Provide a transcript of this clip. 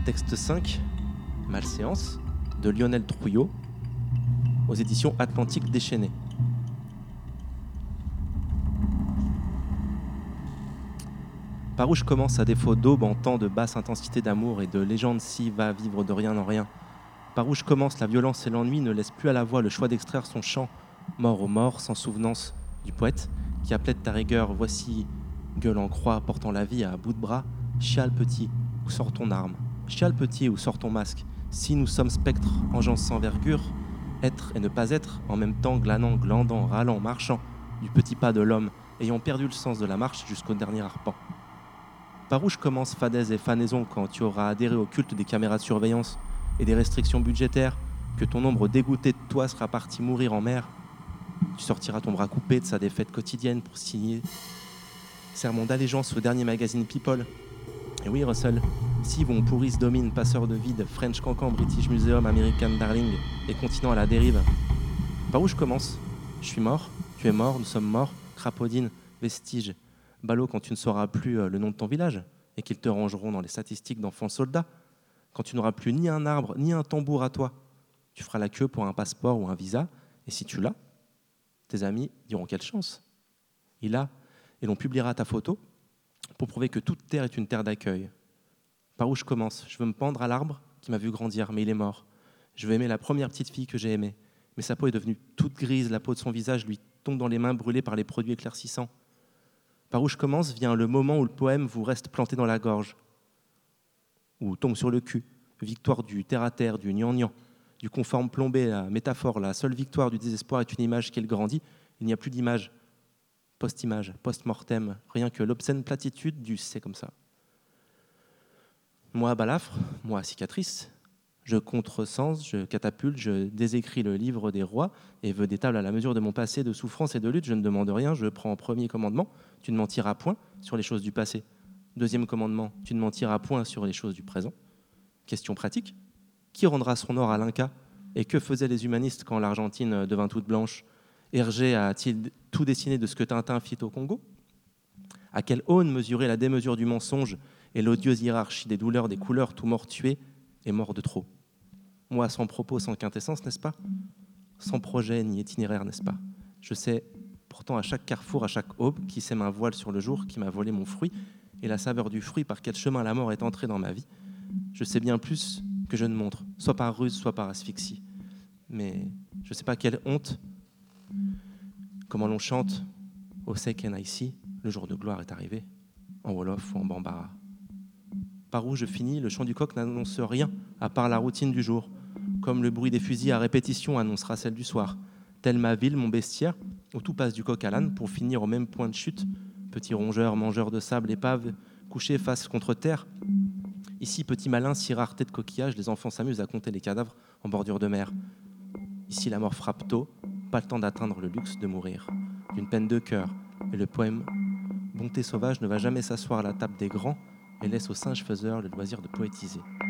Texte 5, Malséance, de Lionel Trouillot, aux éditions Atlantique Déchaîné. Par où je commence à défaut d'aube en temps de basse intensité d'amour et de légende si va vivre de rien en rien. Par où je commence, la violence et l'ennui ne laissent plus à la voix le choix d'extraire son chant, mort aux morts, sans souvenance du poète, qui appelait de ta rigueur, voici, gueule en croix, portant la vie à bout de bras, chiale petit, où sort ton arme, chiale petit, où sort ton masque, si nous sommes spectres, engeance sans vergure, être et ne pas être, en même temps glanant, glandant, râlant, marchant, du petit pas de l'homme, ayant perdu le sens de la marche jusqu'au dernier arpent. Par où je commence fadaise et fanaison quand tu auras adhéré au culte des caméras de surveillance et des restrictions budgétaires, que ton ombre dégoûtée de toi sera parti mourir en mer. Tu sortiras ton bras coupé de sa défaite quotidienne pour signer serment d'allégeance au dernier magazine People. Et oui, Russell, si vont pourrisse domine, passeur de vide, French Cancan, British Museum, American Darling et continent à la dérive. Par où je commence? Je suis mort, tu es mort, nous sommes morts, Crapaudine, vestige, ballot quand tu ne sauras plus le nom de ton village et qu'ils te rangeront dans les statistiques d'enfants soldats. Quand tu n'auras plus ni un arbre, ni un tambour à toi, tu feras la queue pour un passeport ou un visa, et si tu l'as, tes amis diront quelle chance. Il a, et l'on publiera ta photo pour prouver que toute terre est une terre d'accueil. Par où je commence? Je veux me pendre à l'arbre qui m'a vu grandir, mais il est mort. Je veux aimer la première petite fille que j'ai aimée, mais sa peau est devenue toute grise, la peau de son visage lui tombe dans les mains brûlées par les produits éclaircissants. Par où je commence vient le moment où le poème vous reste planté dans la gorge, ou tombe sur le cul, victoire du terre-à-terre, du gnangnan, du conforme plombé, la métaphore, la seule victoire du désespoir est une image qui grandit, il n'y a plus d'image, post-image, post-mortem, rien que l'obscène platitude du c'est comme ça. Moi, balafre, moi, cicatrice, je contresens, je catapulte, je désécris le livre des rois et veux des tables à la mesure de mon passé de souffrance et de lutte. Je ne demande rien, je prends en premier commandement, tu ne mentiras point sur les choses du passé. Deuxième commandement, tu ne mentiras point sur les choses du présent. Question pratique, qui rendra son or à l'Inca? Et que faisaient les humanistes quand l'Argentine devint toute blanche? Hergé a-t-il tout dessiné de ce que Tintin fit au Congo? À quelle aune mesurer la démesure du mensonge et l'odieuse hiérarchie des douleurs, des couleurs, tout mort tué et mort de trop? Moi, sans propos, sans quintessence, n'est-ce pas? Sans projet ni itinéraire, n'est-ce pas? Je sais pourtant à chaque carrefour, à chaque aube, qui sème un voile sur le jour, qui m'a volé mon fruit, et la saveur du fruit, par quel chemin la mort est entrée dans ma vie. Je sais bien plus que je ne montre, soit par ruse, soit par asphyxie. Mais je ne sais pas quelle honte, comment l'on chante « Au sec and ici », le jour de gloire est arrivé, en Wolof ou en Bambara. Par où je finis, le chant du coq n'annonce rien, à part la routine du jour. Comme le bruit des fusils à répétition annoncera celle du soir. Telle ma ville, mon bestiaire, où tout passe du coq à l'âne pour finir au même point de chute. Petit rongeur, mangeur de sable, épave, couché face contre terre. Ici, petit malin, si rareté de coquillages, les enfants s'amusent à compter les cadavres en bordure de mer. Ici, la mort frappe tôt, pas le temps d'atteindre le luxe de mourir. D'une peine de cœur, et le poème Bonté sauvage ne va jamais s'asseoir à la table des grands et laisse aux singes faiseurs le loisir de poétiser.